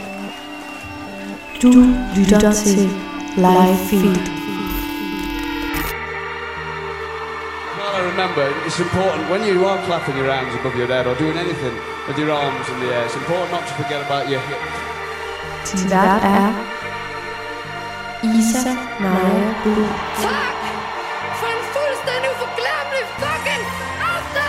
Du lytter til Live Feed. Well, I remember it's important when you are clapping your hands above your head or doing anything with your arms in the air. It's important not to forget about your hips. Din vært er Isa Naja Buhl. Tak for en fuldstændig uforglemmelig fucking aften!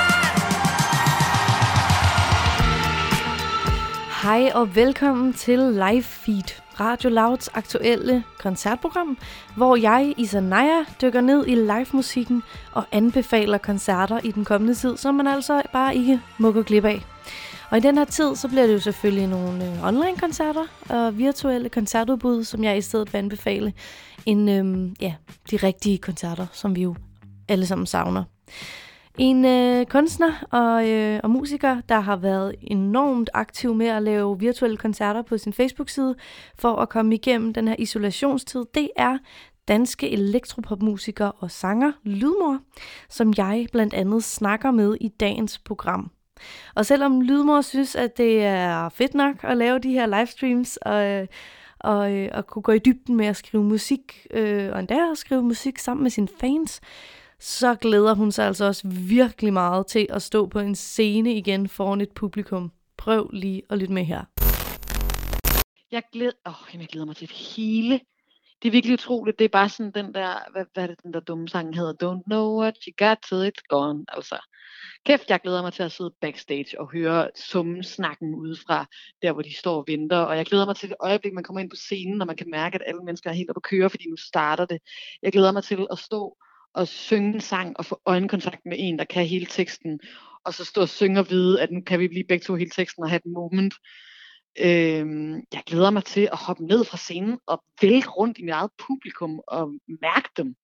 Hej og velkommen til Live Feed, Radio Louds aktuelle koncertprogram, hvor jeg, Isa Naja, dykker ned i livemusikken og anbefaler koncerter i den kommende tid, som man altså bare ikke må gå glip af. Og i den her tid, så bliver det jo selvfølgelig nogle online-koncerter og virtuelle koncertudbud, som jeg i stedet vil anbefale, end de rigtige koncerter, som vi jo alle sammen savner. En kunstner og musiker, der har været enormt aktiv med at lave virtuelle koncerter på sin Facebook-side for at komme igennem den her isolationstid, det er danske elektropopmusiker og sanger Lydmor, som jeg blandt andet snakker med i dagens program. Og selvom Lydmor synes, at det er fedt nok at lave de her livestreams og kunne gå i dybden med at skrive musik, og endda at skrive musik sammen med sine fans, så glæder hun sig altså også virkelig meget til at stå på en scene igen foran et publikum. Prøv lige at lytte med her. Jeg glæder mig til det hele. Det er virkelig utroligt. Det er bare sådan den der, hvad er det den der dumme sang hedder? Don't know what you got till it's gone. Altså, kæft, jeg glæder mig til at sidde backstage og høre snakken udefra, der hvor de står og venter. Og jeg glæder mig til det øjeblik, man kommer ind på scenen, og man kan mærke, at alle mennesker er helt oppe at køre, fordi nu starter det. Jeg glæder mig til at stå og synge en sang og få øjenkontakt med en, der kan hele teksten. Og så stå og synge og vide, at nu kan vi blive begge to hele teksten og have et moment. Jeg glæder mig til at hoppe ned fra scenen og vælte rundt i mit eget publikum og mærke dem.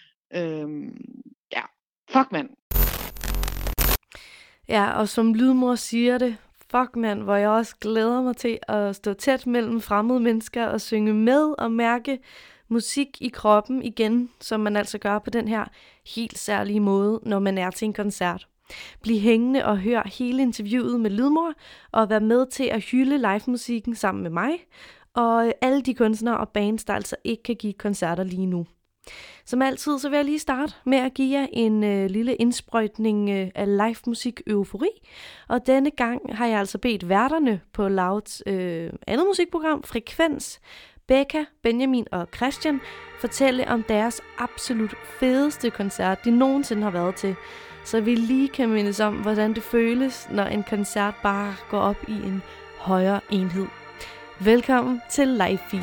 Fuck mand. Ja, og som Lydmor siger det, fuck mand, hvor jeg også glæder mig til at stå tæt mellem fremmede mennesker og synge med og mærke musik i kroppen igen, som man altså gør på den her helt særlige måde, når man er til en koncert. Bliv hængende og hør hele interviewet med Lydmor, og vær med til at hylde livemusikken sammen med mig, og alle de kunstnere og bands, der altså ikke kan give koncerter lige nu. Som altid, så vil jeg lige starte med at give jer en lille indsprøjtning af livemusik eufori, og denne gang har jeg altså bedt værterne på Louds andet musikprogram, Frekvens, Becca, Benjamin og Christian, fortælle om deres absolut fedeste koncert, de nogensinde har været til, så vi lige kan mindes om, hvordan det føles, når en koncert bare går op i en højere enhed. Velkommen til Live Feed.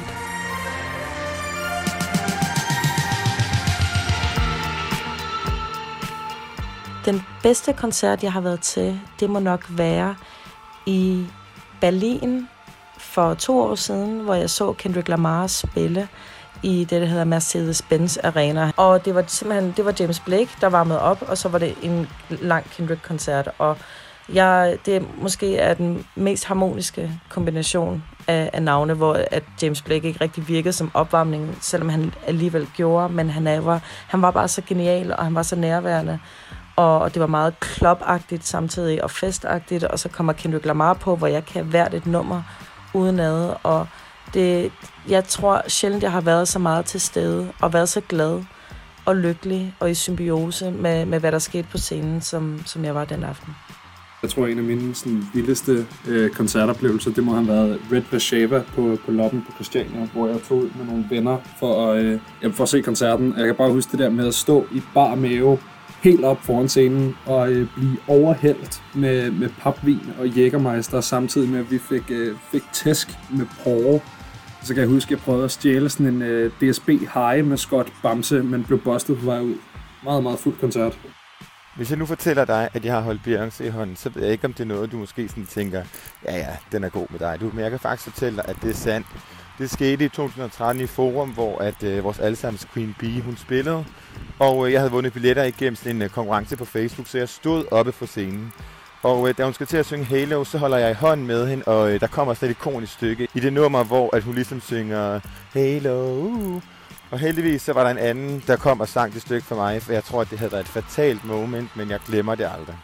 Den bedste koncert, jeg har været til, det må nok være i Berlin for 2 år siden, hvor jeg så Kendrick Lamar spille i det, der hedder Mercedes-Benz Arena. Og det var James Blake, der varmede op, og så var det en lang Kendrick-koncert. Og det måske er den mest harmoniske kombination af navne, hvor at James Blake ikke rigtig virkede som opvarmning, selvom han alligevel gjorde, men han var bare så genial, og han var så nærværende. Og det var meget club-agtigt samtidig, og festagtigt, og så kommer Kendrick Lamar på, hvor jeg kan hvert et nummer udenad, og jeg tror sjældent, jeg har været så meget til stede, og været så glad og lykkelig, og i symbiose med hvad der skete på scenen, som jeg var den aften. Jeg tror, en af mine vildeste koncertoplevelser, det må have været Red Warszawa på Loppen på Christiania, hvor jeg tog ud med nogle venner for at se koncerten. Jeg kan bare huske det der med at stå i bar mave, helt op foran scenen og blive overhældt med papvin og Jägermeister, samtidig med, at vi fik tæsk med porre. Så kan jeg huske, at jeg prøvede at stjæle sådan en DSB High med Scott Bamse, men blev bustet på vej ud. Meget, meget fuld koncert. Hvis jeg nu fortæller dig, at jeg har holdt Beyoncé i hånden, så ved jeg ikke, om det er noget, du måske sådan tænker, ja, den er god med dig. Men jeg kan faktisk fortælle dig, at det er sandt. Det skete i 2013 i Forum, hvor at vores allesammens Queen Bee, hun spillede. Og jeg havde vundet billetter igennem sådan en konkurrence på Facebook, så jeg stod oppe på scenen. Og da hun skal til at synge Halo, så holder jeg i hånden med hende, og der kommer sådan et ikonisk stykke i det nummer, hvor at hun ligesom synger Halo. Og heldigvis så var der en anden, der kom og sang det stykke for mig, for jeg tror, at det havde været et fatalt moment, men jeg glemmer det aldrig.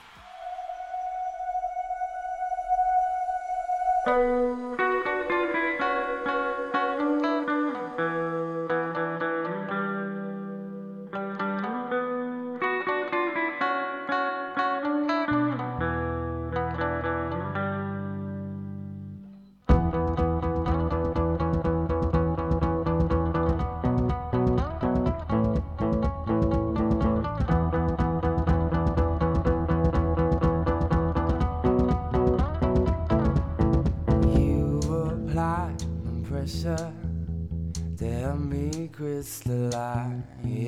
apply the pressure to help me crystallize.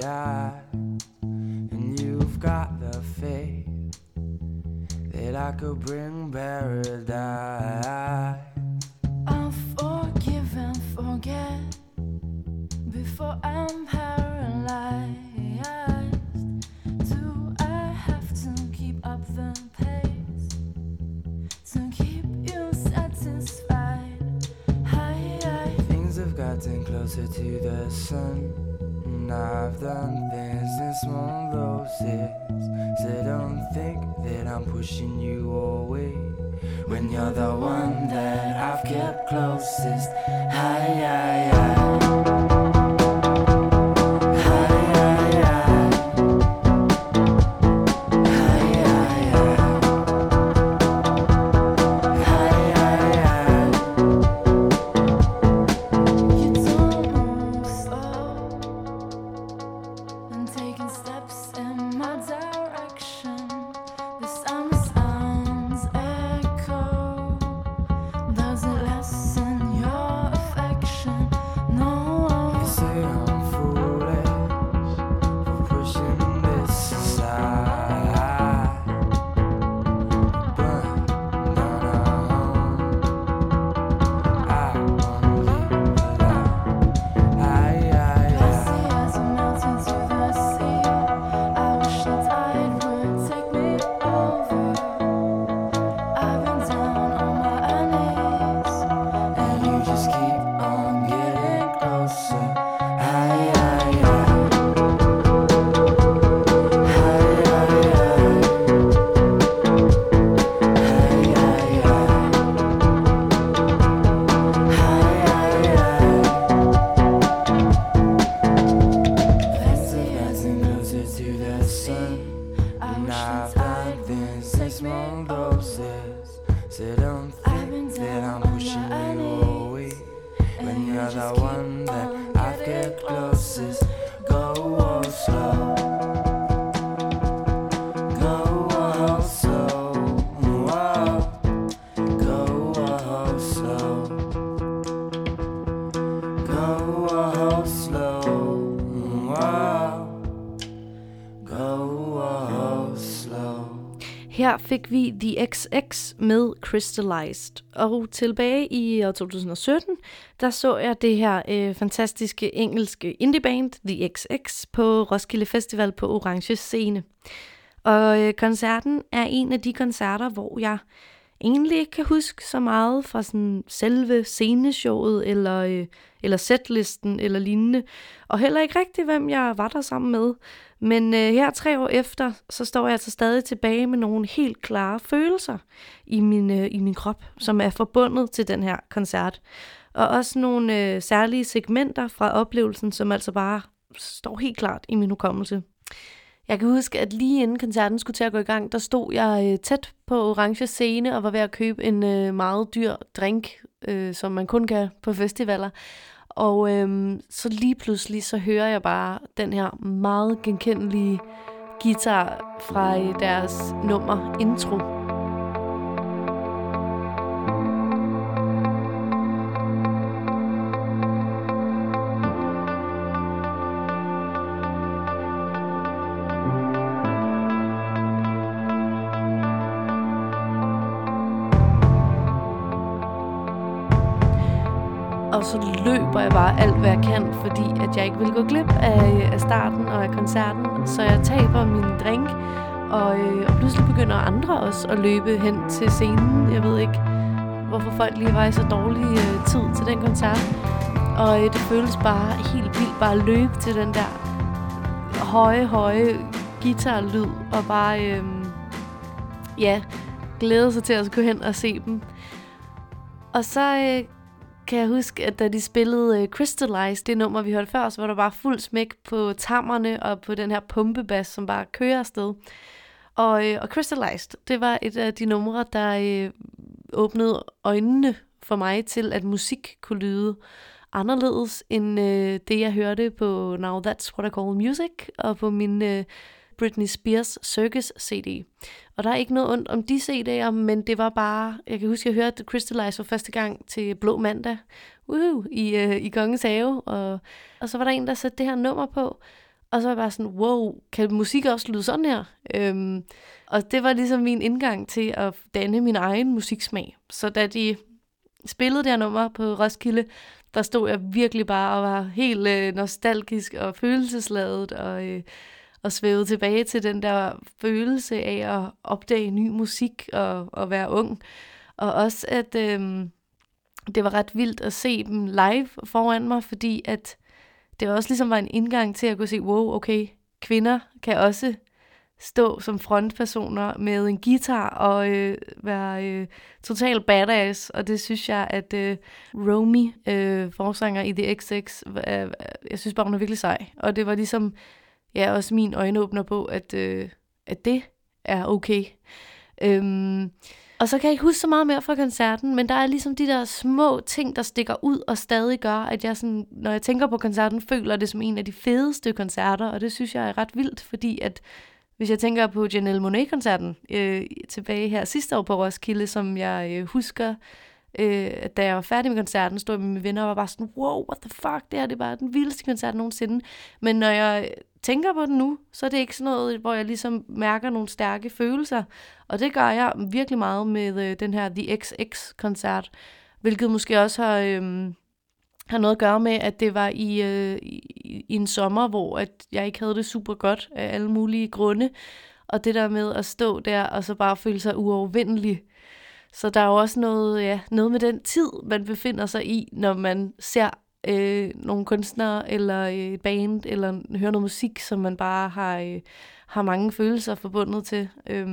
And you've got the faith that I could bring paradise. I'll forgive and forget before I'm paralyzed. Do I have to keep up the pace to keep you satisfied? Things have gotten closer to the sun, and I've done things in small doses. So don't think that I'm pushing you away when you're the one that I've kept closest. Her fik vi The XX med Crystallized, og tilbage i år 2017, der så jeg det her fantastiske engelske indieband The XX på Roskilde Festival på Orange Scene. Og koncerten er en af de koncerter, hvor jeg egentlig ikke kan huske så meget fra sådan selve sceneshowet eller setlisten eller lignende, og heller ikke rigtig, hvem jeg var der sammen med. Men her 3 år efter, så står jeg altså stadig tilbage med nogle helt klare følelser i min krop, som er forbundet til den her koncert. Og også nogle særlige segmenter fra oplevelsen, som altså bare står helt klart i min hukommelse. Jeg kan huske, at lige inden koncerten skulle til at gå i gang, der stod jeg tæt på Orange Scene og var ved at købe en meget dyr drink, som man kun kan på festivaler. Og så lige pludselig, så hører jeg bare den her meget genkendelige guitar fra deres nummer Intro. Og så løber jeg bare alt, hvad jeg kan, fordi at jeg ikke vil gå glip af starten og af koncerten. Så jeg taber min drink, og pludselig begynder andre også at løbe hen til scenen. Jeg ved ikke, hvorfor folk lige var i så dårlig tid til den koncert. Og det føles bare helt vildt bare at løbe til den der høje guitarlyd. Og bare, glæde sig til at gå hen og se dem. Og så kan jeg huske, at da de spillede Crystallized, det nummer, vi hørte før, så var der bare fuld smæk på tammerne og på den her pumpebas, som bare kører afsted. Og Crystallized, det var et af de numre, der åbnede øjnene for mig til, at musik kunne lyde anderledes end det, jeg hørte på Now That's What I Call Music, og på min Britney Spears Circus CD. Og der er ikke noget ondt om de CD'er, men det var bare... Jeg kan huske, at jeg hørte Crystallize for første gang til Blå Mandag i Kongens Have. Og så var der en, der satte det her nummer på. Og så var jeg bare sådan, wow, kan musik også lyde sådan her? Og det var ligesom min indgang til at danne min egen musiksmag. Så da de spillede det her nummer på Roskilde, der stod jeg virkelig bare og var helt nostalgisk og følelsesladet og svævede tilbage til den der følelse af at opdage ny musik og være ung. Og også, at det var ret vildt at se dem live foran mig, fordi at det også ligesom var en indgang til at kunne se, wow, okay, kvinder kan også stå som frontpersoner med en guitar og være total badass, og det synes jeg, at Romy, forsanger i The XX, jeg synes bare, hun er virkelig sej. Og det var ligesom, ja, også min øjenåbner på, at det er okay. Og så kan jeg ikke huske så meget mere fra koncerten, men der er ligesom de der små ting, der stikker ud og stadig gør, at jeg sådan, når jeg tænker på koncerten, føler det som en af de fedeste koncerter, og det synes jeg er ret vildt, fordi at hvis jeg tænker på Janelle Monáe-koncerten tilbage her sidste år på Roskilde, som jeg husker, da jeg var færdig med koncerten, stod jeg med mine venner og var bare sådan, wow, what the fuck, det er bare den vildeste koncert nogensinde. Men når jeg tænker på den nu, så er det ikke sådan noget, hvor jeg ligesom mærker nogle stærke følelser. Og det gør jeg virkelig meget med den her The XX-koncert, hvilket måske også har noget at gøre med, at det var i en sommer, hvor at jeg ikke havde det super godt af alle mulige grunde. Og det der med at stå der og så bare føle sig uovervindelig. Så der er jo også noget med den tid, man befinder sig i, når man ser nogle kunstnere eller et band, eller hører noget musik, som man bare har mange følelser forbundet til.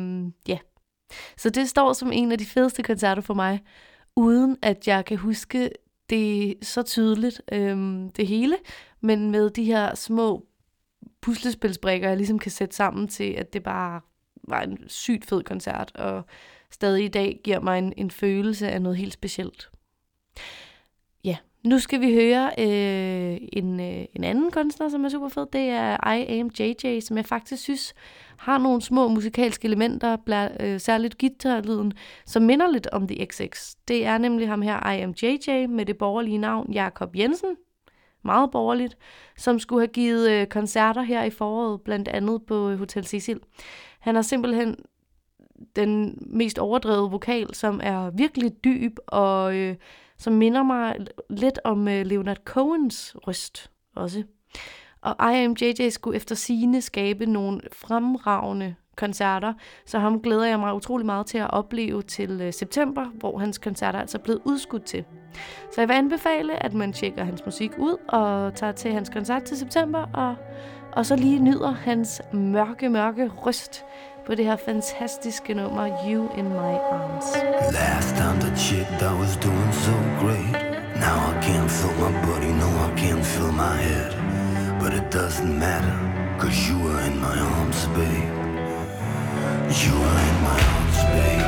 Så det står som en af de fedeste koncerter for mig, uden at jeg kan huske det så tydeligt, det hele, men med de her små puslespilsbrikker, jeg ligesom kan sætte sammen til, at det bare var en sygt fed koncert, og stadig i dag giver mig en følelse af noget helt specielt. Ja, nu skal vi høre en anden kunstner, som er super fed. Det er I Am JJ, som jeg faktisk synes har nogle små musikalske elementer, særligt guitarlyden, som minder lidt om The XX. Det er nemlig ham her, I Am JJ, med det borgerlige navn Jakob Jensen, meget borgerligt, som skulle have givet koncerter her i foråret, blandt andet på Hotel Cecil. Han har simpelthen den mest overdrevet vokal, som er virkelig dyb, og som minder mig lidt om Leonard Cohens røst også. Og I Am JJ skulle efter sigende skabe nogle fremragende koncerter, så ham glæder jeg mig utrolig meget til at opleve til september, hvor hans koncerter altså er blevet udskudt til. Så jeg vil anbefale, at man tjekker hans musik ud og tager til hans koncert til september, og så lige nyder hans mørke røst på det her fantastiske nummer You in My Arms. Last time the chick that was doing so great. Now I can't feel my body, no I can't feel my head. But it doesn't matter, cause you were in my arms, babe. You were in my arms, babe.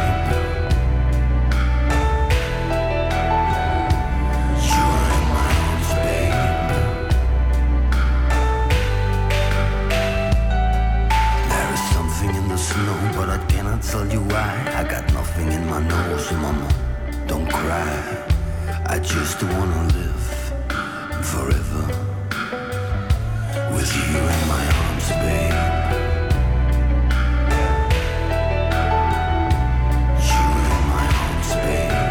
You were in my arms, babe. There is something in the snow, but I cannot tell you why. I got nothing in my nose, mama, don't cry. I just wanna live forever with you in my arms, babe. You in my arms, babe.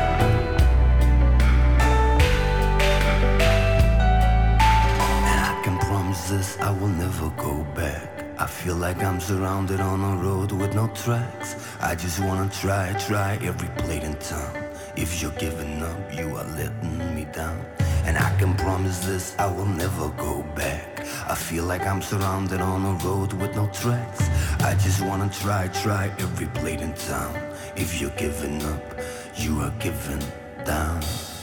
And I can promise this, I will never go back. I feel like I'm surrounded on a road with no tracks. I just wanna try every plate in town. If you're giving up, you are letting me down. And I can promise this, I will never go back. I feel like I'm surrounded on a road with no tracks. I just wanna try every plate in town. If you're giving up, you are giving down.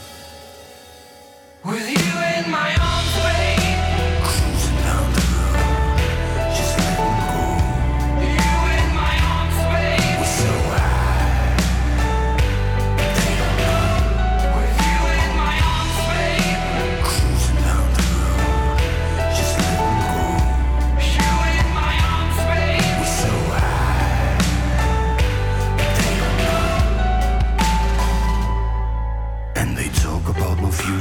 With you in my arms, babe. Cruising down the road, just let me go. You in my arms, babe. We're so high. They don't know. With you in my arms, babe. Cruising down the road, just let me go. You in my arms, babe.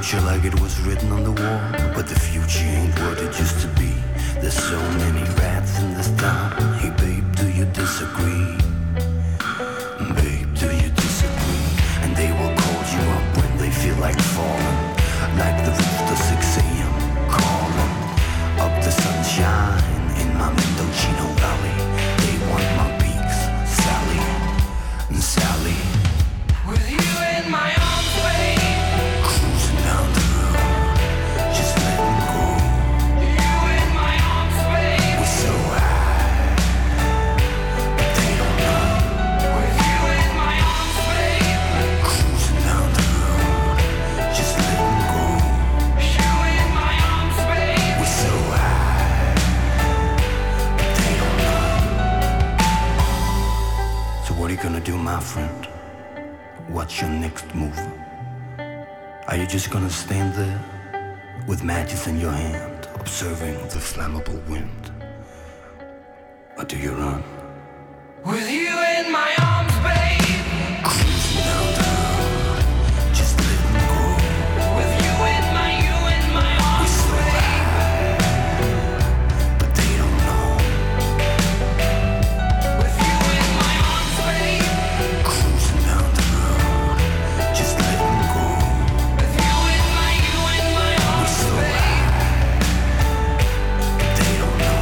future like it was written on the wall, but the future ain't what it used to be. There's so many rats in this town. Hey babe, do you disagree? Babe, do you disagree? And they will call you up when they feel like falling, like the roof to 6 a.m. calling up the sunshine in my Mendocino Valley. They want my peaks, Sally and Sally. With you in my arms, babe, cruising down the road, just letting go. you in my arms, babe, We're so high, but they don't know. with you in my arms, babe, Cruising down the road, just letting go. you in my arms, babe. We're so high, but they don't know. So what are you gonna do, my friend? What's your next move? Are you just gonna stand there with matches in your hand, observing the flammable wind? Or do you run? With you in my arms, babe, Cruising down the road, just letting go. with you in my We're arms, so babe. high, but they don't know. With you in my arms, babe, Cruising down the road, just letting go. with you in my We're arms, so babe. high, but they don't know.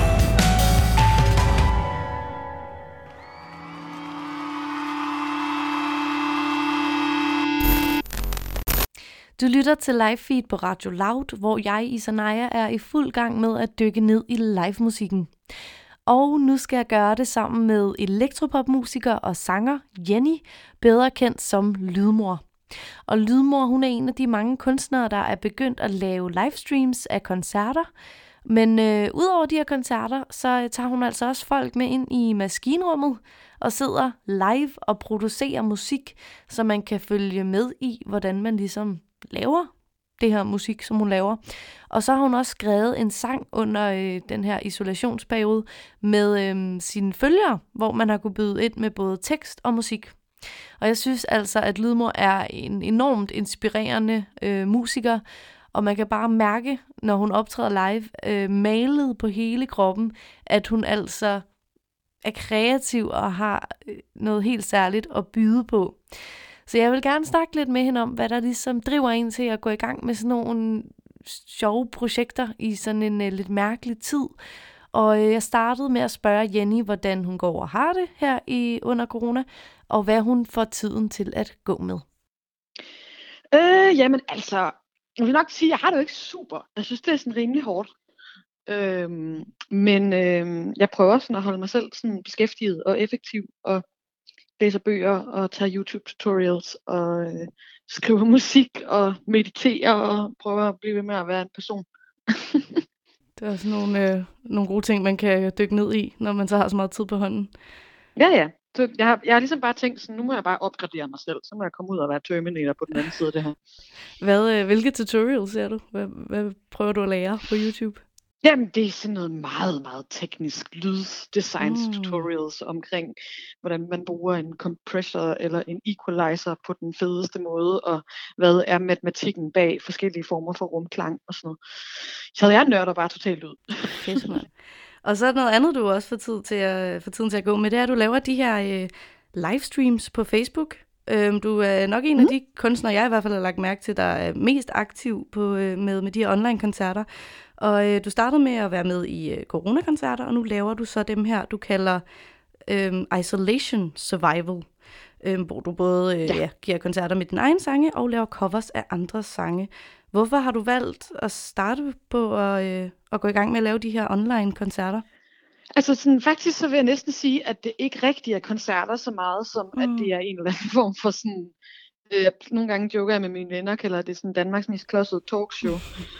Du lytter til Live Feed på Radio Loud, hvor jeg, Isanaya, er i fuld gang med at dykke ned i livemusikken. Og nu skal jeg gøre det sammen med elektropopmusiker og sanger Jenny, bedre kendt som Lydmor. Og Lydmor, hun er en af de mange kunstnere, der er begyndt at lave livestreams af koncerter. Men udover de her koncerter, så tager hun altså også folk med ind i maskinrummet og sidder live og producerer musik, så man kan følge med i, hvordan man ligesom laver det her musik, som hun laver. Og så har hun også skrevet en sang under den her isolationsperiode med sine følgere, hvor man har kunne byde ind med både tekst og musik. Og jeg synes altså, at Lydmor er en enormt inspirerende musiker, og man kan bare mærke, når hun optræder live, malet på hele kroppen, at hun altså er kreativ og har noget helt særligt at byde på. Så jeg vil gerne snakke lidt med hende om, hvad der ligesom driver en til at gå i gang med sådan nogle sjove projekter i sådan en lidt mærkelig tid. Og jeg startede med at spørge Jenny, hvordan hun går og har det her under corona, og hvad hun får tiden til at gå med. Jamen altså, jeg vil nok sige, at jeg har det jo ikke super. Jeg synes, det er sådan rimelig hårdt. Men jeg prøver sådan at holde mig selv sådan beskæftiget og effektiv, og læser bøger og tager YouTube-tutorials og skriver musik og mediterer og prøver at blive ved med at være en person. Det er sådan nogle gode ting, man kan dykke ned i, når man så har så meget tid på hånden. Ja. Så jeg har ligesom bare tænkt sådan, nu må jeg bare opgradere mig selv, så må jeg komme ud og være Terminator på den anden side af det her. Hvilke tutorials ser du? Hvad prøver du at lære på YouTube? Jamen, det er sådan noget meget, meget teknisk lyddesigns tutorials omkring, hvordan man bruger en compressor eller en equalizer på den fedeste måde, og hvad er matematikken bag forskellige former for rumklang og sådan noget. Så jeg nørder bare totalt ud. Fedt, man. Og så er noget andet, du også får tiden til at gå med, det er, at du laver de her livestreams på Facebook. Du er nok en af de kunstnere, jeg i hvert fald har lagt mærke til, der er mest aktiv med de her online-koncerter. Og du startede med at være med i coronakoncerter, og nu laver du så dem her, du kalder Isolation Survival, hvor du både giver koncerter med dine egne sange og laver covers af andres sange. Hvorfor har du valgt at starte på at gå i gang med at lave de her online-koncerter? Altså sådan, faktisk så vil jeg næsten sige, at det ikke rigtig er koncerter så meget, som at det er en eller anden form for sådan, nogle gange joker jeg med mine venner, kalder det sådan Danmarks mest klodsede talkshow.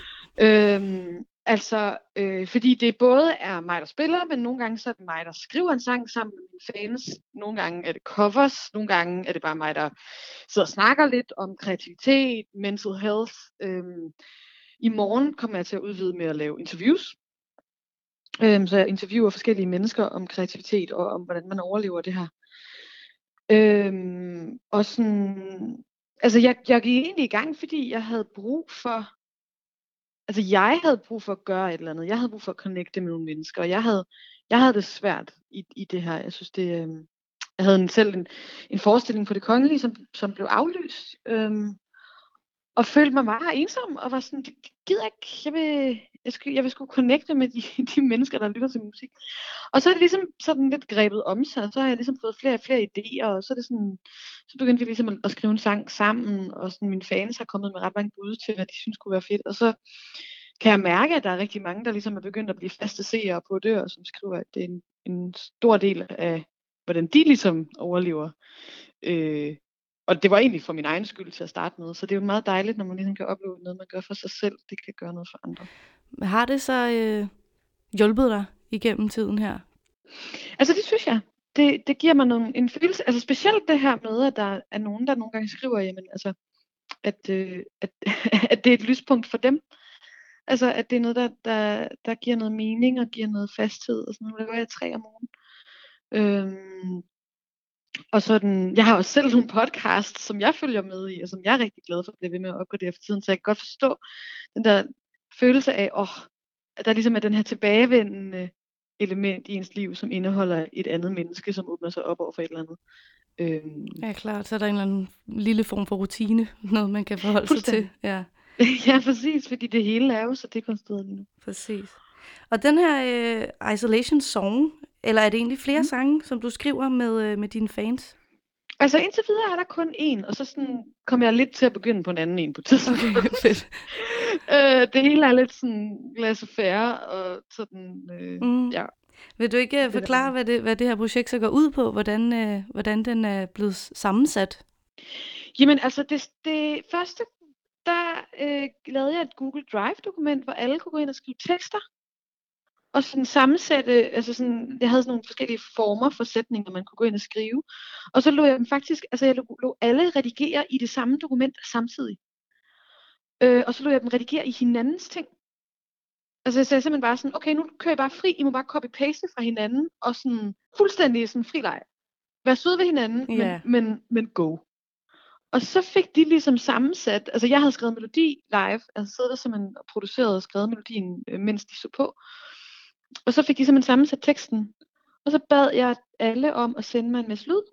Fordi det både er mig, der spiller, men nogle gange så er det mig, der skriver en sang sammen med mine fans. Nogle gange er det covers, nogle gange er det bare mig, der sidder og snakker lidt om kreativitet, mental health. I morgen kommer jeg til at udvide med at lave interviews. Så jeg interviewer forskellige mennesker om kreativitet og om, hvordan man overlever det her. Og sådan, Altså, jeg gik egentlig i gang, fordi jeg havde brug for... Altså, jeg havde brug for at gøre et eller andet. Jeg havde brug for at connecte med nogle mennesker, og jeg havde det svært i det her. Jeg synes, jeg havde selv en forestilling på Det Kongelige, som blev aflyst, og følte mig meget ensom, og var sådan, det gider ikke, jeg vil sgu connecte med de mennesker, der lytter til musik. Og så er det ligesom sådan lidt grebet om sig, og så har jeg ligesom fået flere og flere idéer, og så er det sådan, så begyndte vi ligesom at skrive en sang sammen, og sådan mine fans har kommet med ret mange bud til, hvad de synes kunne være fedt, og så kan jeg mærke, at der er rigtig mange, der ligesom er begyndt at blive faste seere på det, og som skriver, at det er en stor del af, hvordan de ligesom overlever. Og det var egentlig for min egen skyld til at starte med, så det er jo meget dejligt, når man ligesom kan opleve noget, man gør for sig selv, det kan gøre noget for andre. Har det så hjulpet dig igennem tiden her? Altså det synes jeg. Det giver mig en følelse, altså specielt det her med, at der er nogen, der nogle gange skriver, jamen altså, at det er et lyspunkt for dem. Altså at det er noget, der giver noget mening og giver noget fasthed, og sådan noget. Det var jeg 3 om ugen. Og sådan, jeg har også selv nogle podcasts, som jeg følger med i, og som jeg er rigtig glad for at blive ved med at opgradere for tiden, så jeg kan godt forstå den der følelse af, at der ligesom er den her tilbagevendende element i ens liv, som indeholder et andet menneske, som åbner sig op over for et eller andet. Ja, klart. Så er der en eller anden lille form for rutine, noget man kan forholde sig til. Ja. Ja, præcis, fordi det hele er jo så dekonstrueret lige nu. Præcis. Og den her Isolation Song, eller er det egentlig flere sange, som du skriver med dine fans? Altså indtil videre er der kun én, og så sådan kom jeg lidt til at begynde på en anden en på tidspunkt. Okay, fedt. Det hele er lidt sådan laissez-faire og sådan, ja. Vil du ikke forklare, hvad det her projekt så går ud på? Hvordan den er blevet sammensat? Jamen altså, det første, der lavede jeg et Google Drive-dokument, hvor alle kunne gå ind og skrive tekster. Og sådan sammensætte, altså sådan, jeg havde sådan nogle forskellige former for sætninger, man kunne gå ind og skrive. Og så lå jeg dem faktisk, altså jeg lå alle redigere i det samme dokument samtidig. Og så lå jeg dem redigere i hinandens ting. Altså jeg sagde simpelthen bare sådan, okay, nu kører I bare fri, I må bare copy-paste fra hinanden, og sådan fuldstændig sådan frileg. Vær søde ved hinanden, men go. Og så fik de ligesom sammensat, altså jeg havde skrevet melodi live, jeg havde siddet der simpelthen og produceret og skrevet melodien, mens de så på. Og så fik de simpelthen sammensat teksten. Og så bad jeg alle om at sende mig en masse lyd.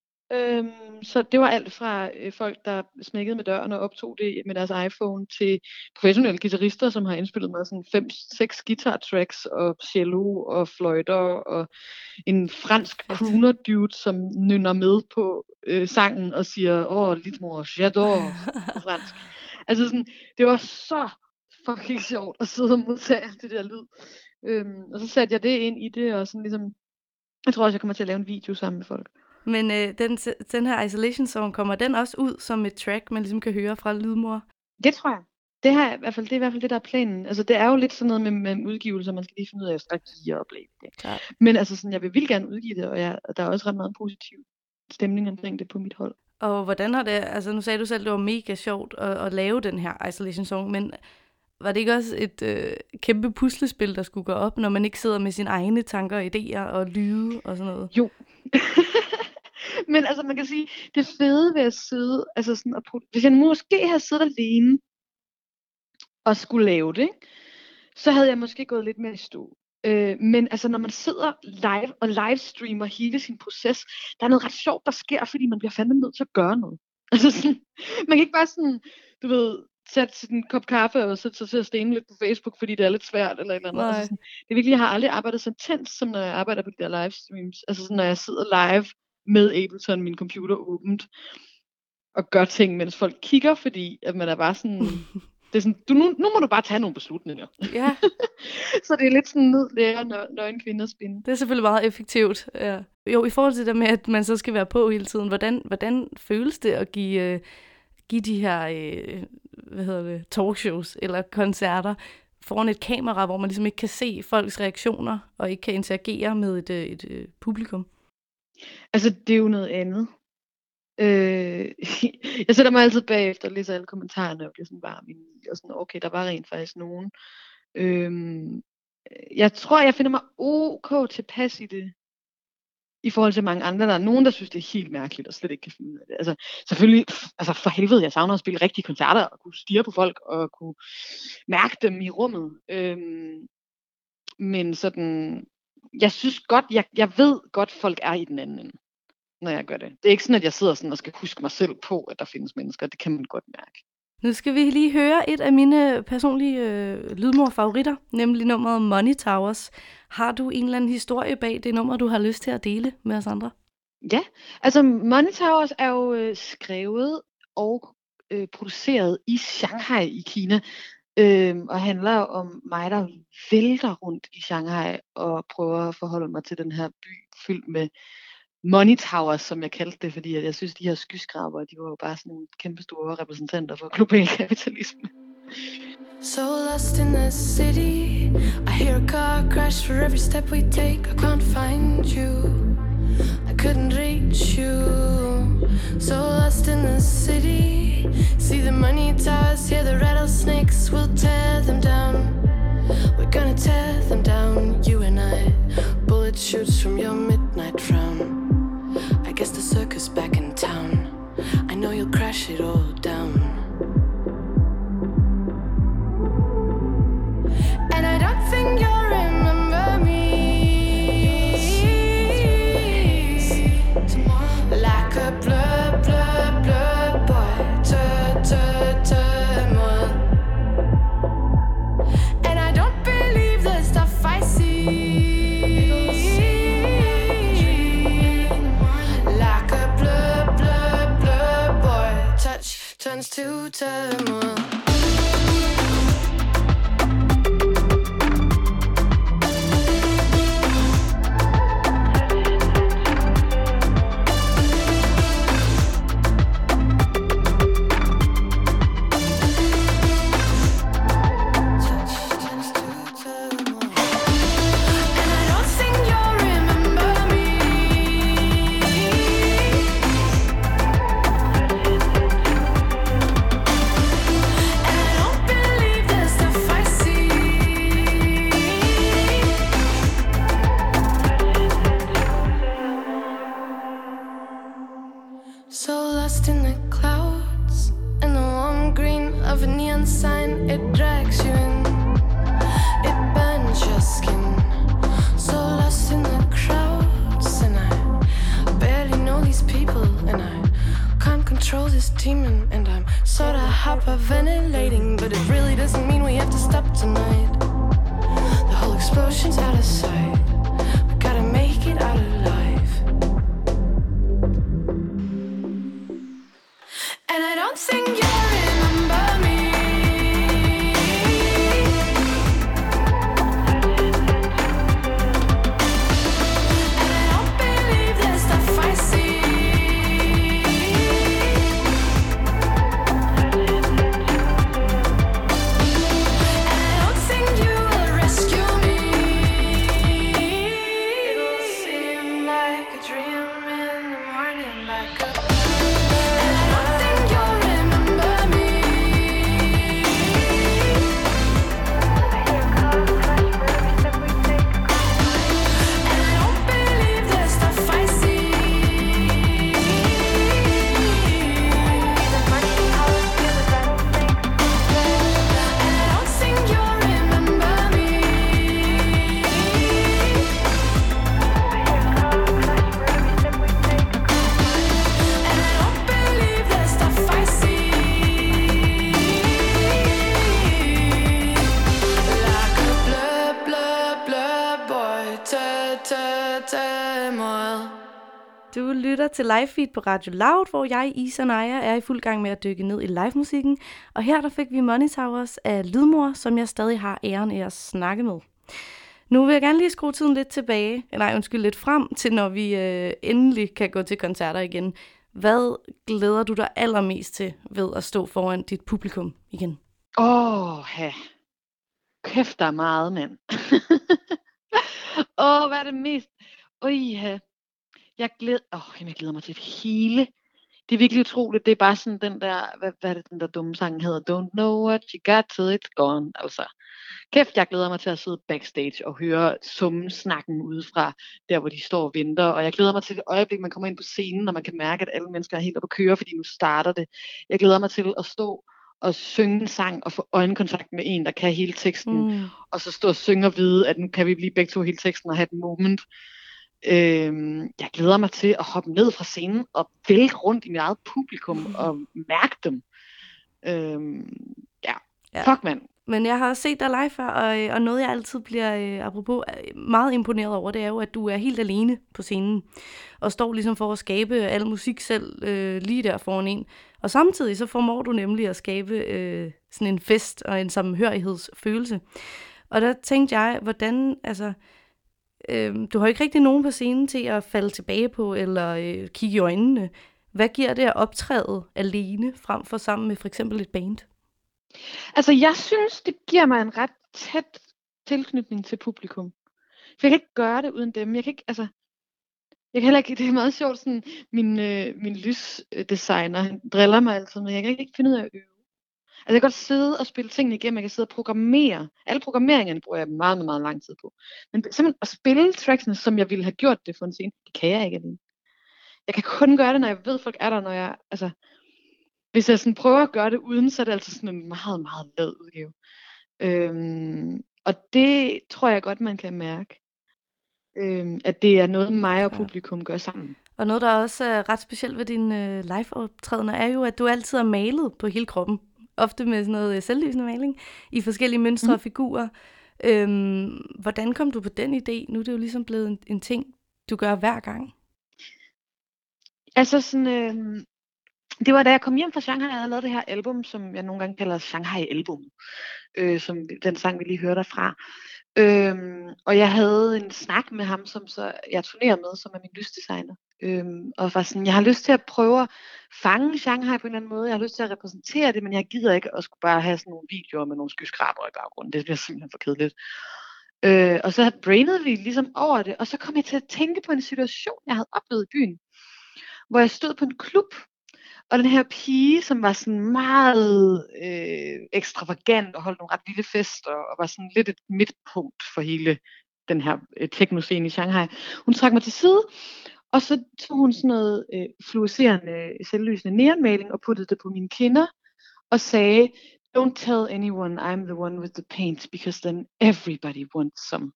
Så det var alt fra folk, der smækkede med døren og optog det med deres iPhone, til professionelle guitarister, som har indspillet med sådan 5-6 guitar tracks, og cello og fløjter, og en fransk crooner dude, som nynner med på sangen og siger, lidt mor, j'adore på fransk. Altså sådan, det var så fucking sjovt at sidde og modtage det der lyd. Og så satte jeg det ind i det, og sådan ligesom, jeg tror også, jeg kommer til at lave en video sammen med folk. Men den her Isolation Song, kommer den også ud som et track, man ligesom kan høre fra Lydmor? Det tror jeg. Det er i hvert fald det, der er planen. Altså det er jo lidt sådan noget med udgivelser, man skal lige finde ud af strategier og blæde det. Men altså sådan, jeg vil vildt gerne udgive det, og der er også ret meget positiv stemning omkring det på mit hold. Og hvordan har det, altså nu sagde du selv, det var mega sjovt at lave den her Isolation Song, men var det ikke også et kæmpe puslespil, der skulle gå op, når man ikke sidder med sine egne tanker og idéer og lyde og sådan noget? Jo. Men altså man kan sige, det fede ved at sidde, altså sådan hvis jeg måske havde siddet alene og skulle lave det, så havde jeg måske gået lidt mere i stå. Men altså når man sidder live og livestreamer hele sin proces, der er noget ret sjovt, der sker, fordi man bliver fandme nødt til at gøre noget. Altså sådan, man kan ikke bare sådan, du ved, sætte en kop kaffe og sætte sig til at stene lidt på Facebook, fordi det er lidt svært eller et eller andet. Altså sådan, det er virkelig, jeg har aldrig arbejdet så intens, som når jeg arbejder på de der livestreams. Altså sådan, når jeg sidder live med Ableton, min computer åbent, og gør ting, mens folk kigger, fordi at man er bare sådan, det er sådan, nu må du bare tage nogle beslutninger. Ja. Så det er lidt sådan nødlærer, når en kvinde spinde. Det er selvfølgelig meget effektivt. Ja. Jo, i forhold til det med, at man så skal være på hele tiden, hvordan føles det at give de her talkshows eller koncerter foran et kamera, hvor man ligesom ikke kan se folks reaktioner og ikke kan interagere med et publikum? Altså, det er jo noget andet. Jeg sætter mig altid bagefter og læser alle kommentarerne og bliver sådan varm og sådan, okay, der var rent faktisk nogen. Jeg tror, jeg finder mig ok tilpas i det i forhold til mange andre. Der er nogen, der synes, det er helt mærkeligt og slet ikke kan finde ud af det. Altså, selvfølgelig, altså for helvede, jeg savner at spille rigtige koncerter og kunne stirre på folk og kunne mærke dem i rummet. Men sådan, jeg synes godt, jeg ved godt, folk er i den anden ende, når jeg gør det. Det er ikke sådan, at jeg sidder sådan og skal huske mig selv på, at der findes mennesker. Det kan man godt mærke. Nu skal vi lige høre et af mine personlige lydmor-favoritter, nemlig nummeret Money Towers. Har du en eller anden historie bag det nummer, du har lyst til at dele med os andre? Ja, altså Money Towers er jo skrevet og produceret i Shanghai i Kina, og handler om mig, der vælter rundt i Shanghai og prøver at forholde mig til den her by fyldt med Money Towers, som jeg kaldte det, fordi jeg synes, de her skyskraber, de var jo bare sådan nogle kæmpe store repræsentanter for global kapitalisme. So lost in the city, I hear a car crash for every step we take. I can't find you, I couldn't reach you. So lost in the city, see the money towers, hear the rattlesnakes, we'll tear them down. We're gonna tear them down, you and I. Bullet shoots from your midnight frown. I guess the circus back in town. I know you'll crash it all down. And I don't think you'll remember me like a blur, blur, blur boy, turmoil. And I don't believe the stuff I see like a blur, blur, blur boy, touch turns to turmoil. Hyperventilating, but it really doesn't mean we have to stop tonight. The whole explosion's out of sight. We gotta make it out alive. And I don't think you'll remember me and I don't believe the stuff I see. Du lytter til Live Feed på Radio Loud, hvor jeg, Isa Naja, er i fuld gang med at dykke ned i livemusikken. Og her der fik vi Money Towers af Lydmor, som jeg stadig har æren af at snakke med. Nu vil jeg gerne lige skrue tiden lidt tilbage, lidt frem til, når vi endelig kan gå til koncerter igen. Hvad glæder du dig allermest til ved at stå foran dit publikum igen? Kæft, der er meget, mand. hvad er det mest? Jeg glæder mig til hele Det er virkelig utroligt. Det er bare sådan den der, hvad er det, den der dumme sang hedder? Don't know what you got till it's gone. Altså, kæft, jeg glæder mig til at sidde backstage og høre snakken ude fra der, hvor de står og venter. Og jeg glæder mig til det øjeblik, man kommer ind på scenen, og man kan mærke, at alle mennesker er helt oppe at køre, fordi nu starter det. Jeg glæder mig til at stå og synge en sang og få øjenkontakt med en, der kan hele teksten. Og så stå og synge og vide, at nu kan vi blive begge to hele teksten og have et moment. Jeg glæder mig til at hoppe ned fra scenen og vælte rundt i mit eget publikum og mærke dem. Fuck mand. Men jeg har også set dig live før, og noget jeg altid bliver, apropos, meget imponeret over, det er jo, at du er helt alene på scenen, og står ligesom for at skabe al musik selv lige der foran en. Og samtidig så formår du nemlig at skabe sådan en fest og en sammenhørighedsfølelse. Og der tænkte jeg, hvordan, altså, du har ikke rigtig nogen på scenen til at falde tilbage på, eller kigge i øjnene. Hvad giver det at optræde alene, frem for sammen med for eksempel et band? Altså, jeg synes, det giver mig en ret tæt tilknytning til publikum. For jeg kan ikke gøre det uden dem. Jeg kan heller ikke, det er meget sjovt, sådan, min lysdesigner, han driller mig altid, men jeg kan ikke finde ud af at øve. Altså, jeg kan godt sidde og spille tingene igennem, jeg kan sidde og programmere. Alle programmeringerne bruger jeg meget, meget lang tid på. Men simpelthen at spille tracksene, som jeg ville have gjort det for en scene, det kan jeg ikke alene. Jeg kan kun gøre det, når jeg ved, folk er der, når jeg, altså, hvis jeg sådan prøver at gøre det uden, så er det altså sådan en meget, meget lad udgave. Og det tror jeg godt, man kan mærke. At det er noget, mig og publikum gør sammen. Og noget, der også er ret specielt ved dine live-optrædener, er jo, at du altid er malet på hele kroppen. Ofte med sådan noget selvlysende maling i forskellige mønstre og figurer. Hvordan kom du på den idé? Nu er det jo ligesom blevet en ting, du gør hver gang. Altså sådan... Det var da jeg kom hjem fra Shanghai, jeg havde lavet det her album, som jeg nogle gange kalder Shanghai-album, som den sang, vi lige hørte derfra. Og jeg havde en snak med ham, som så jeg turnerer med, som er min lysdesigner. Og var sådan, jeg har lyst til at prøve at fange Shanghai på en eller anden måde. Jeg har lyst til at repræsentere det, men jeg gider ikke at skulle bare have sådan nogle videoer med nogle skyskraber i baggrunden. Det bliver simpelthen for kedeligt. Og så brainede vi ligesom over det, og så kom jeg til at tænke på en situation, jeg havde oplevet i byen, hvor jeg stod på en klub, og den her pige, som var sådan meget ekstravagant og holdt nogle ret vilde fester, og var sådan lidt et midtpunkt for hele den her teknoscene i Shanghai. Hun trak mig til side, og så tog hun sådan noget fluorescerende, selvlysende neonmaling og puttede det på mine kinder, og sagde, don't tell anyone I'm the one with the paint, because then everybody wants some.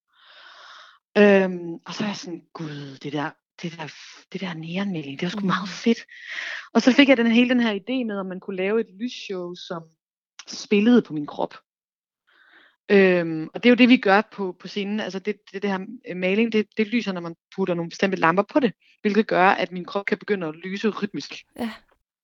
Og så er jeg sådan, gud, det der neonmaling, det var sgu meget fedt. Og så fik jeg hele den her idé med, om man kunne lave et lysshow, som spillede på min krop. Og det er jo det, vi gør på scenen. Altså det her maling, det lyser, når man putter nogle bestemte lamper på det, hvilket gør, at min krop kan begynde at lyse rytmisk. Ja.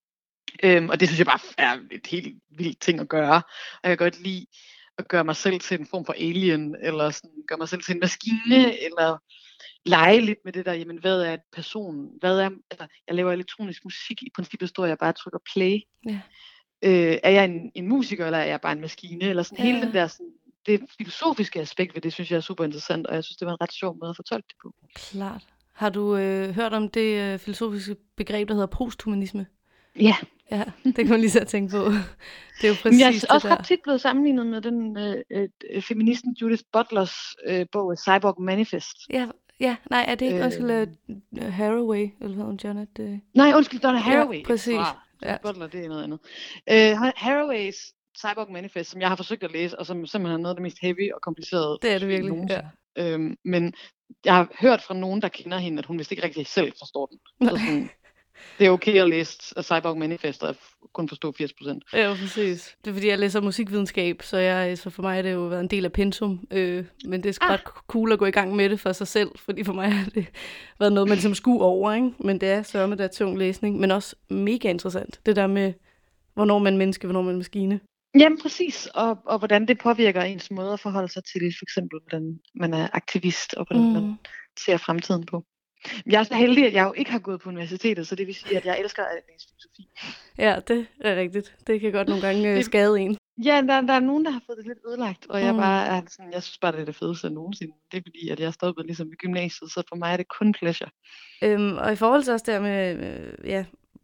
Og det synes jeg bare er et helt vildt ting at gøre. Og jeg kan godt lide at gøre mig selv til en form for alien, eller sådan, gøre mig selv til en maskine, eller lege lidt med det der, jamen hvad er et person, altså, jeg laver elektronisk musik, i princippet står jeg bare og trykker play. Ja. Er jeg en musiker, eller er jeg bare en maskine, eller sådan hele den der, sådan, det filosofiske aspekt ved det, synes jeg er super interessant, og jeg synes, det var en ret sjov måde at fortolke det på. Klart. Har du hørt om det filosofiske begreb, der hedder posthumanisme? Ja. Ja, det kan man lige så tænke på. Det er jo præcis jeg er det også der. ret tit blevet sammenlignet med den feministen Judith Butlers bog Cyborg Manifest. Ja, nej, er det ikke Haraway, eller hvad hun Janet? Nej, undskyld, Donna Haraway. Ja, præcis. Ja. Butler, det er noget andet. Haraways Cyborg Manifest, som jeg har forsøgt at læse, og som simpelthen er noget af det mest heavy og komplicerede. Det er det virkelig, ja. Men jeg har hørt fra nogen, der kender hende, at hun vist ikke rigtig selv forstår den. Så sådan, det er okay at læse Cyborg Manifest, og kun forstå 80%. Ja, præcis. Det er fordi, jeg læser musikvidenskab, så for mig har det jo været en del af pensum. Men det er ret cool at gå i gang med det for sig selv, fordi for mig har det været noget, man ligesom skue over, ikke? Men det er sørme, der er tung læsning, men også mega interessant. Det der med, hvornår man er menneske, hvornår man er maskine. Jamen præcis, og hvordan det påvirker ens måde at forholde sig til, for eksempel, hvordan man er aktivist, og hvordan man ser fremtiden på. Jeg er så heldig, at jeg jo ikke har gået på universitetet, så det vil sige, at jeg elsker at læse filosofi. Ja, det er rigtigt. Det kan godt nogle gange skade en. Ja, der er nogen, der har fået det lidt ødelagt, og jeg bare er sådan, jeg synes bare, det er det fedeste nogensinde. Det er fordi, at jeg er stoppet ligesom i gymnasiet, så for mig er det kun pleasure. Og i forhold til også der med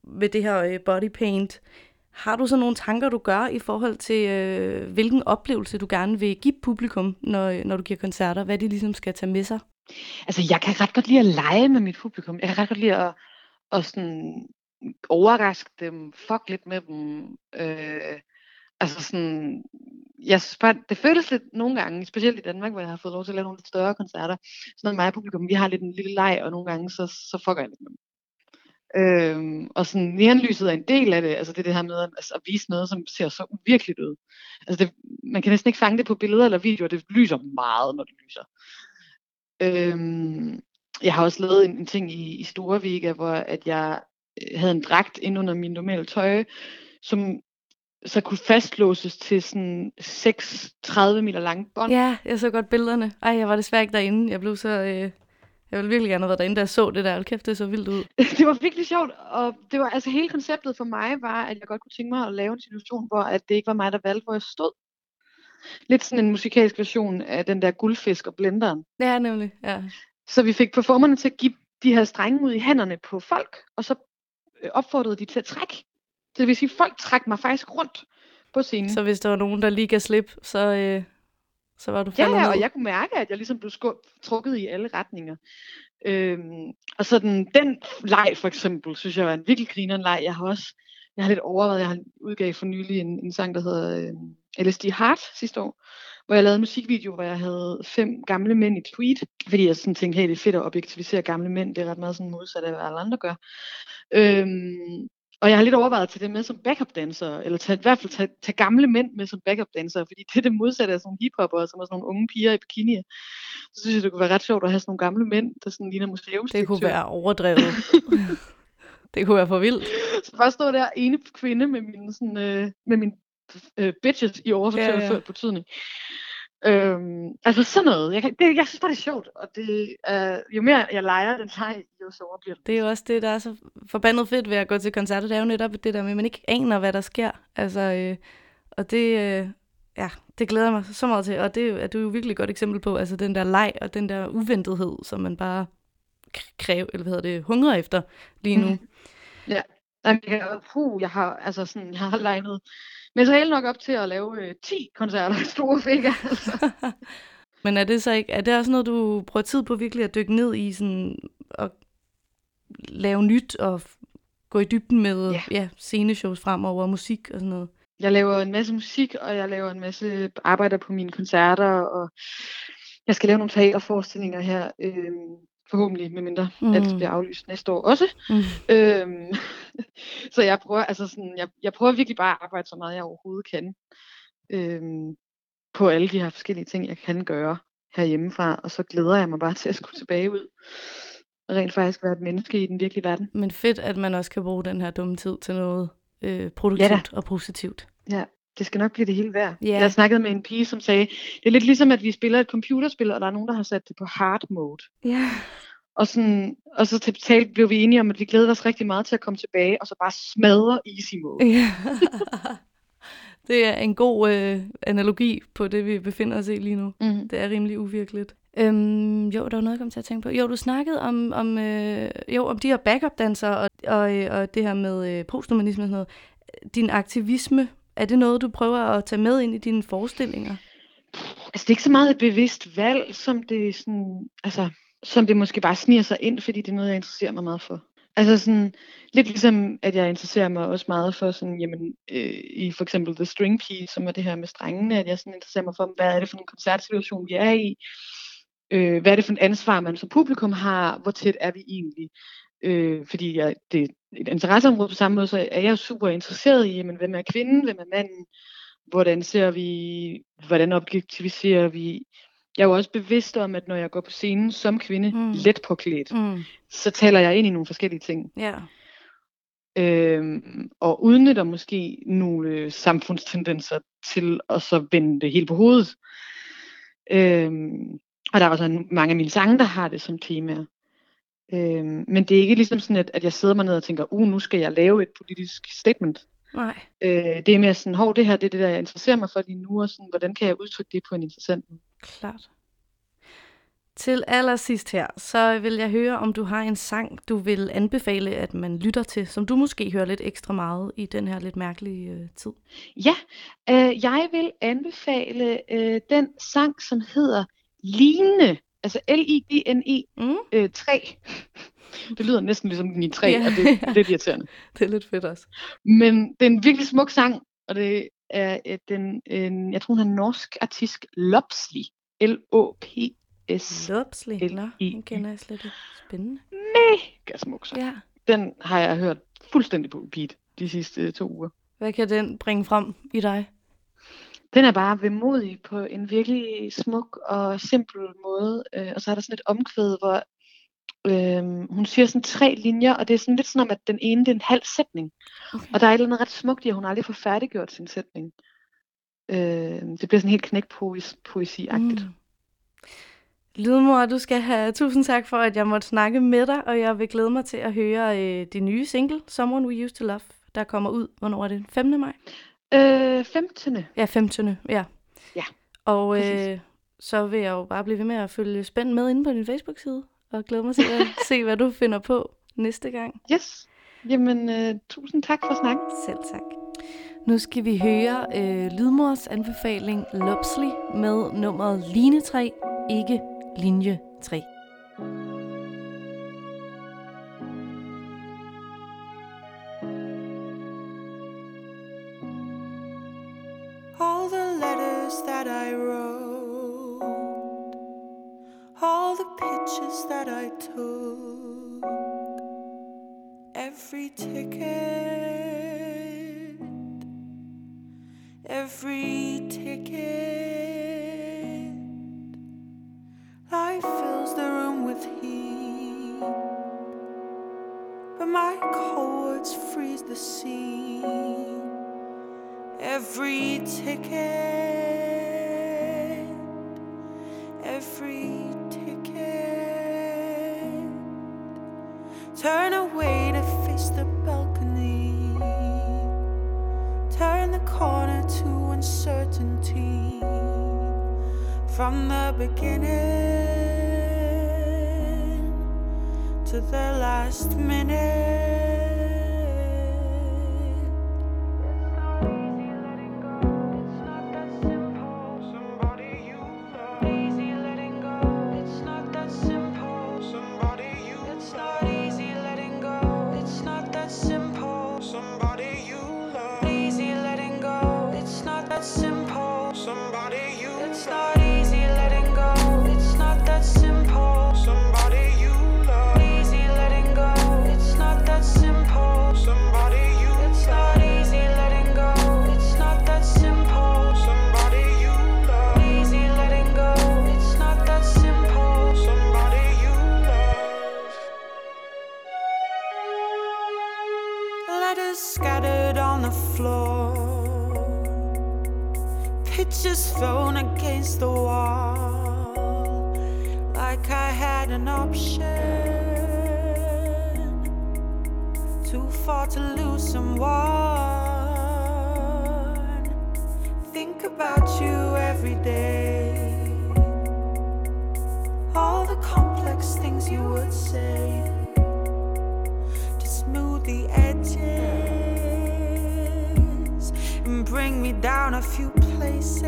med det her body paint. Har du så nogle tanker, du gør i forhold til, hvilken oplevelse du gerne vil give publikum, når du giver koncerter? Hvad de ligesom skal tage med sig? Altså, jeg kan ret godt lide at lege med mit publikum. Jeg kan ret godt lide at sådan overraske dem, fuck lidt med dem. Altså sådan, jeg synes bare, det føles lidt nogle gange, specielt i Danmark, hvor jeg har fået lov til at lave nogle lidt større koncerter. Sådan mig og publikum, vi har lidt en lille leg, og nogle gange så fucker jeg lidt med dem. Og sådan neonlyset er en del af det, altså det her med at vise noget, som ser så uvirkeligt ud. Altså man kan næsten ikke fange det på billeder eller videoer, det lyser meget, når det lyser. Jeg har også lavet en ting i Storevika, hvor at jeg havde en dragt ind under min normale tøj, som så kunne fastlåses til sådan 30 meter lange bånd. Ja, jeg så godt billederne. Ej, jeg var desværre ikke derinde. Jeg blev så... Jeg ville virkelig gerne have været derinde, da jeg så det der. Hold kæft, det så vildt ud. Det var virkelig sjovt, og det var altså hele konceptet for mig var, at jeg godt kunne tænke mig at lave en situation, hvor at det ikke var mig, der valgte, hvor jeg stod. Lidt sådan en musikalsk version af den der guldfisk og blenderen. Ja, nemlig, ja. Så vi fik performerne til at give de her strenge ud i hænderne på folk, og så opfordrede de til at trække. Så det vil sige, at folk trak mig faktisk rundt på scenen. Så hvis der var nogen, der lige gav slip, så var du faldet ned. Ja, og jeg kunne mærke, at jeg ligesom blev trukket i alle retninger. Og så den leg for eksempel, synes jeg var en virkelig grineren leg. Jeg har lidt overvejet, jeg har udgav for nylig en sang, der hedder LSD Heart sidste år, hvor jeg lavede en musikvideo, hvor jeg havde 5 gamle mænd i tweed, fordi jeg sådan tænkte, hey, det er fedt at objektivisere gamle mænd, det er ret meget sådan modsat af, hvad alle andre gør. Og jeg har lidt overvejet at tage det med som backup-danser, eller i hvert fald tage gamle mænd med som backup-danser, fordi det er det modsatte af sådan nogle hiphopper, som er sådan nogle unge piger i bikini. Så synes jeg, det kunne være ret sjovt at have sådan nogle gamle mænd, der sådan ligner museumsdirektør. Det kunne være overdrevet. Det kunne være for vildt. Så bare stå der ene kvinde med mine, sådan, med mine bitches i overført betydning. Altså sådan noget. Jeg synes bare, det er sjovt, og jo mere jeg leger den leg, jo sjovere bliver det. Det er jo også det, der er så forbandet fedt ved at gå til koncerter. Det er jo netop det der med, at man ikke aner, hvad der sker. Altså, og det glæder mig så meget til, og det er du jo virkelig et godt eksempel på. Altså den der leg og den der uventethed, som man bare hungrer efter lige nu. Ja. Jeg har legnet materiale nok op til at lave 10 koncerter i Storevika. Altså. Men er det så ikke, er det også noget, du bruger tid på virkelig at dykke ned i, sådan at lave nyt og gå i dybden med sceneshows fremover, musik og sådan noget? Jeg laver en masse musik, og jeg laver en masse arbejder på mine koncerter, og jeg skal lave nogle teaterforestillinger her, forhåbentlig, medmindre alt bliver aflyst næste år også. Så jeg prøver, jeg prøver virkelig bare at arbejde så meget, jeg overhovedet kan, på alle de her forskellige ting, jeg kan gøre herhjemmefra, og så glæder jeg mig bare til at skulle tilbage ud og rent faktisk være et menneske i den virkelige verden. Men fedt, at man også kan bruge den her dumme tid til noget produktivt og positivt. Ja, det skal nok blive det hele værd. Yeah. Jeg snakkede med en pige, som sagde, det er lidt ligesom, at vi spiller et computerspil, og der er nogen, der har sat det på hard mode. Yeah. Og så til talt blev vi enige om, at vi glæder os rigtig meget til at komme tilbage, og så bare smadre easy mode. Yeah. Det er en god analogi på det, vi befinder os i lige nu. Mm. Det er rimelig uvirkeligt. Der var noget, jeg kom til at tænke på. Jo, du snakkede om de her backup-dansere og det her med posthumanisme og sådan noget. Din aktivisme, er det noget, du prøver at tage med ind i dine forestillinger? Altså, det er ikke så meget et bevidst valg, som det sådan, som det måske bare sniger sig ind, fordi det er noget, jeg interesserer mig meget for. Altså sådan, lidt ligesom, at jeg interesserer mig også meget for sådan, i for eksempel The String Piece, som er det her med strengene, at jeg sådan interesserer mig for, hvad er det for en koncertsituation, vi er i? Hvad er det for et ansvar, man som publikum har? Hvor tæt er vi egentlig? Fordi det er et interesseområde på samme måde, så er jeg super interesseret i, hvem er kvinden, hvem er manden? Hvordan ser vi, hvordan objektiviserer vi? Jeg er jo også bevidst om, at når jeg går på scenen som kvinde, let påklædt, så taler jeg ind i nogle forskellige ting. Yeah. Og udnytter måske nogle samfundstendenser til at så vende det helt på hovedet. Og der er også mange af mine sange, der har det som temaer. Men det er ikke ligesom sådan, at jeg sidder mig ned og tænker, nu skal jeg lave et politisk statement. Nej. Det er mere sådan, det her det er det, der jeg interesserer mig for lige nu, og sådan, hvordan kan jeg udtrykke det på en interessant måde. Klart. Til allersidst her, så vil jeg høre, om du har en sang, du vil anbefale, at man lytter til, som du måske hører lidt ekstra meget i den her lidt mærkelige tid. Ja, jeg vil anbefale den sang, som hedder Line, altså L-I-G-N-E 3. Det lyder næsten ligesom den i 3, ja, og det er lidt irriterende. Det er lidt fedt også. Men det er en virkelig smuk sang, og det er jeg tror, hun er en norsk artist, Lopsli. L-O-P-S. Lopsli, nå, den kender jeg slet ikke. Spændende. Mega smuk sang. Ja. Den har jeg hørt fuldstændig på repeat de sidste 2 uger. Hvad kan den bringe frem i dig? Den er bare vemodig på en virkelig smuk og simpel måde. Og så er der sådan et omkvæd, hvor hun siger sådan 3 linjer, og det er sådan lidt sådan om, at den ene det er en halv sætning. Okay. Og der er et eller andet ret smukt i, at hun aldrig får færdiggjort sin sætning. Det bliver sådan helt knækpoesi-agtigt. Lydmor, du skal have tusind tak for, at jeg måtte snakke med dig, og jeg vil glæde mig til at høre det nye single, Someone We Used to Love, der kommer ud. Hvornår er det? 5. maj? 15. Ja, 15. Ja. Og så vil jeg jo bare blive ved med at følge spændt med inde på din Facebook-side, og glæde mig til at se, hvad du finder på næste gang. Yes. Jamen, tusind tak for snakken. Selv tak. Nu skal vi høre Lydmors anbefaling Lopsli med nummeret Line 3, ikke Linje 3. All the letters that I wrote, all the pictures that I took, every ticket, life fills the room with heat, but my cold words freeze the scene. Every ticket, turn away to face the balcony, turn the corner to uncertainty. From the beginning to the last minute. Scattered on the floor, pictures thrown against the wall, like I had an option, too far to lose someone. Think about you every day, all the complex things you would say to smooth the edges and bring me down a few places.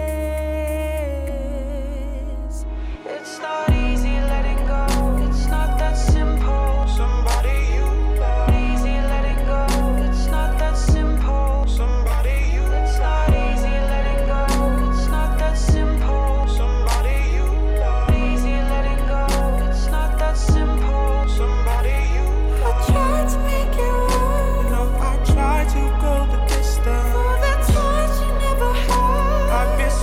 It's not easy letting go, it's not that simple. Somebody you love. Easy letting go, it's not that simple. Somebody you love. It's not easy letting go, it's not that simple. Somebody you love. Easy letting go, it's not that simple. Somebody you love. I tried to make it right. No, I tried to go the distance. For the times you never had. I've been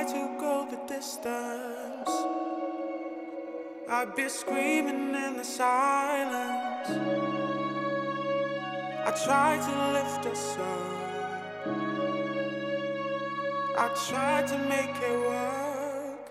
try to go the distance, I'd be screaming in the silence. I try to lift us up, I try to make it work.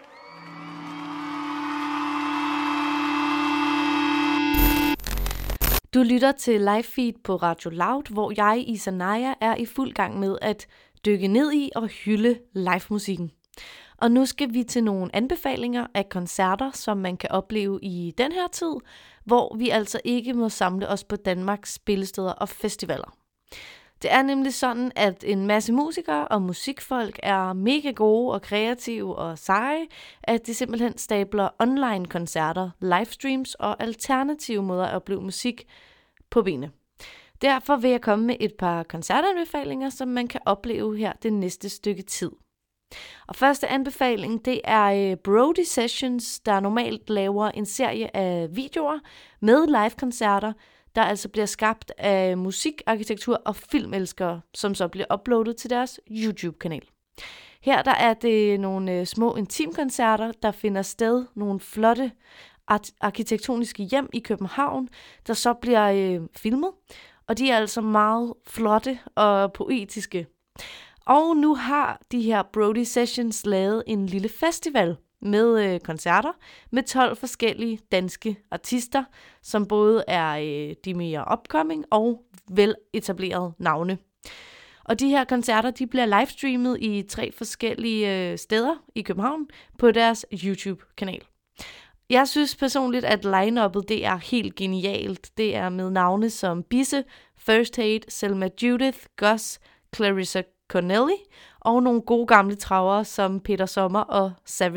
Du lytter til live feed på Radio Loud, hvor jeg, Isanaya, er i fuld gang med at dykke ned i og hylde livemusikken. Og nu skal vi til nogle anbefalinger af koncerter, som man kan opleve i den her tid, hvor vi altså ikke må samle os på Danmarks spillesteder og festivaler. Det er nemlig sådan, at en masse musikere og musikfolk er mega gode og kreative og seje, at de simpelthen stabler online-koncerter, livestreams og alternative måder at opleve musik på benene. Derfor vil jeg komme med et par koncertanbefalinger, som man kan opleve her det næste stykke tid. Og første anbefaling, det er Brody Sessions, der normalt laver en serie af videoer med live-koncerter, der altså bliver skabt af musik, arkitektur og filmelskere, som så bliver uploadet til deres YouTube-kanal. Her der er det nogle små intimkoncerter, der finder sted, nogle flotte arkitektoniske hjem i København, der så bliver filmet, og de er altså meget flotte og poetiske. Og nu har de her Brody Sessions lavet en lille festival med koncerter med 12 forskellige danske artister, som både er de mere upcoming og veletablerede navne. Og de her koncerter, de bliver livestreamet i 3 forskellige steder i København på deres YouTube-kanal. Jeg synes personligt, at line-uppet det er helt genialt. Det er med navne som Bisse, First Hate, Selma Judith, Gus, Clarissa Connelly og nogle gode gamle travere som Peter Sommer og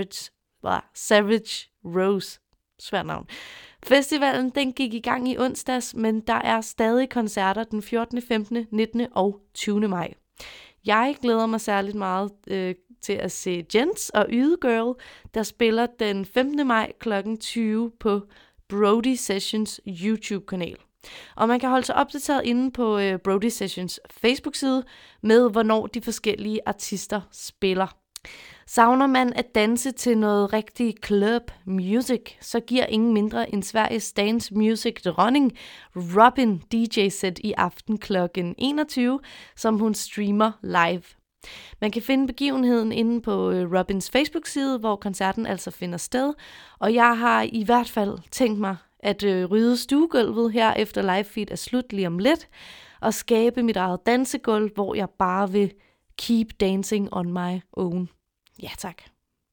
Savage Rose. Svært navn. Festivalen den gik i gang i onsdags, men der er stadig koncerter den 14., 15., 19. og 20. maj. Jeg glæder mig særligt meget til at se Jens og Yde Girl, der spiller den 15. maj kl. 20 på Brody Sessions YouTube-kanal. Og man kan holde sig opdateret inde på Brody Sessions Facebook-side med, hvornår de forskellige artister spiller. Savner man at danse til noget rigtig club music, så giver ingen mindre end Sveriges dance music dronning Robin DJ-sæt i aften kl. 21, som hun streamer live. Man kan finde begivenheden inde på Robins Facebook-side, hvor koncerten altså finder sted, og jeg har i hvert fald tænkt mig at rydde stuegulvet her efter live feed er slut lige om lidt, og skabe mit eget dansegulv, hvor jeg bare vil keep dancing on my own. Ja, tak.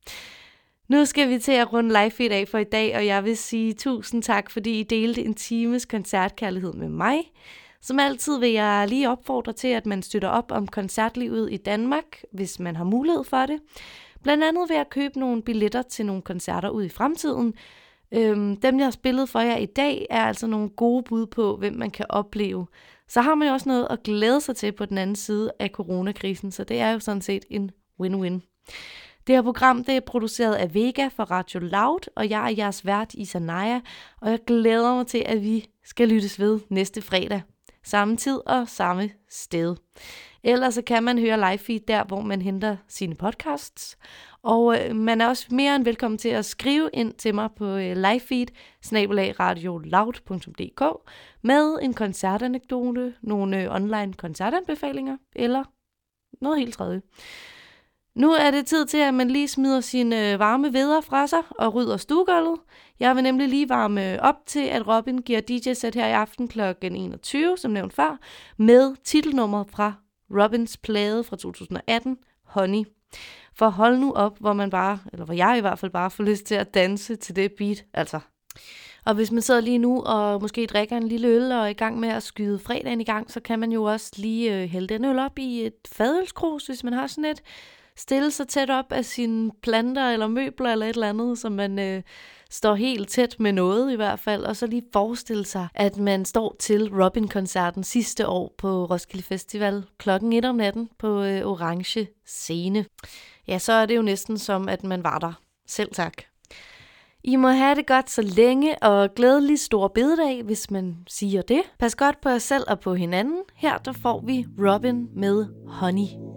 Nu skal vi til at runde live feed af for i dag, og jeg vil sige tusind tak, fordi I delte en times koncertkærlighed med mig. Som altid vil jeg lige opfordre til, at man støtter op om koncertlivet i Danmark, hvis man har mulighed for det. Blandt andet ved at købe nogle billetter til nogle koncerter ud i fremtiden. Dem, jeg har spillet for jer i dag, er altså nogle gode bud på, hvem man kan opleve. Så har man jo også noget at glæde sig til på den anden side af coronakrisen, så det er jo sådan set en win-win. Det her program det er produceret af Vega for Radio Loud, og jeg er jeres vært Isanaya, og jeg glæder mig til, at vi skal lyttes ved næste fredag. Samme tid og samme sted. Ellers så kan man høre live feed der, hvor man henter sine podcasts. Og man er også mere end velkommen til at skrive ind til mig på livefeed@radioloud.dk med en koncertanekdote, nogle online koncertanbefalinger eller noget helt tredje. Nu er det tid til, at man lige smider sine varme vædder fra sig og rydder stuegulvet. Jeg vil nemlig lige varme op til, at Robin giver DJ-sæt her i aften kl. 21, som nævnt før, med titelnummeret fra Robins plade fra 2018, Honey. For hold nu op, hvor jeg i hvert fald bare får lyst til at danse til det beat, altså. Og hvis man sidder lige nu og måske drikker en lille øl og er i gang med at skyde fredagen i gang, så kan man jo også lige hælde den øl op i et fadølskrus, hvis man har sådan et. Stille sig tæt op af sine planter eller møbler eller et eller andet, så man står helt tæt med noget i hvert fald. Og så lige forestille sig, at man står til Robin-koncerten sidste år på Roskilde Festival klokken 1 om natten på orange scene. Ja, så er det jo næsten som, at man var der. Selv tak. I må have det godt så længe, og glædelig stor bededag, hvis man siger det. Pas godt på jer selv og på hinanden. Her der får vi Robin med Honey.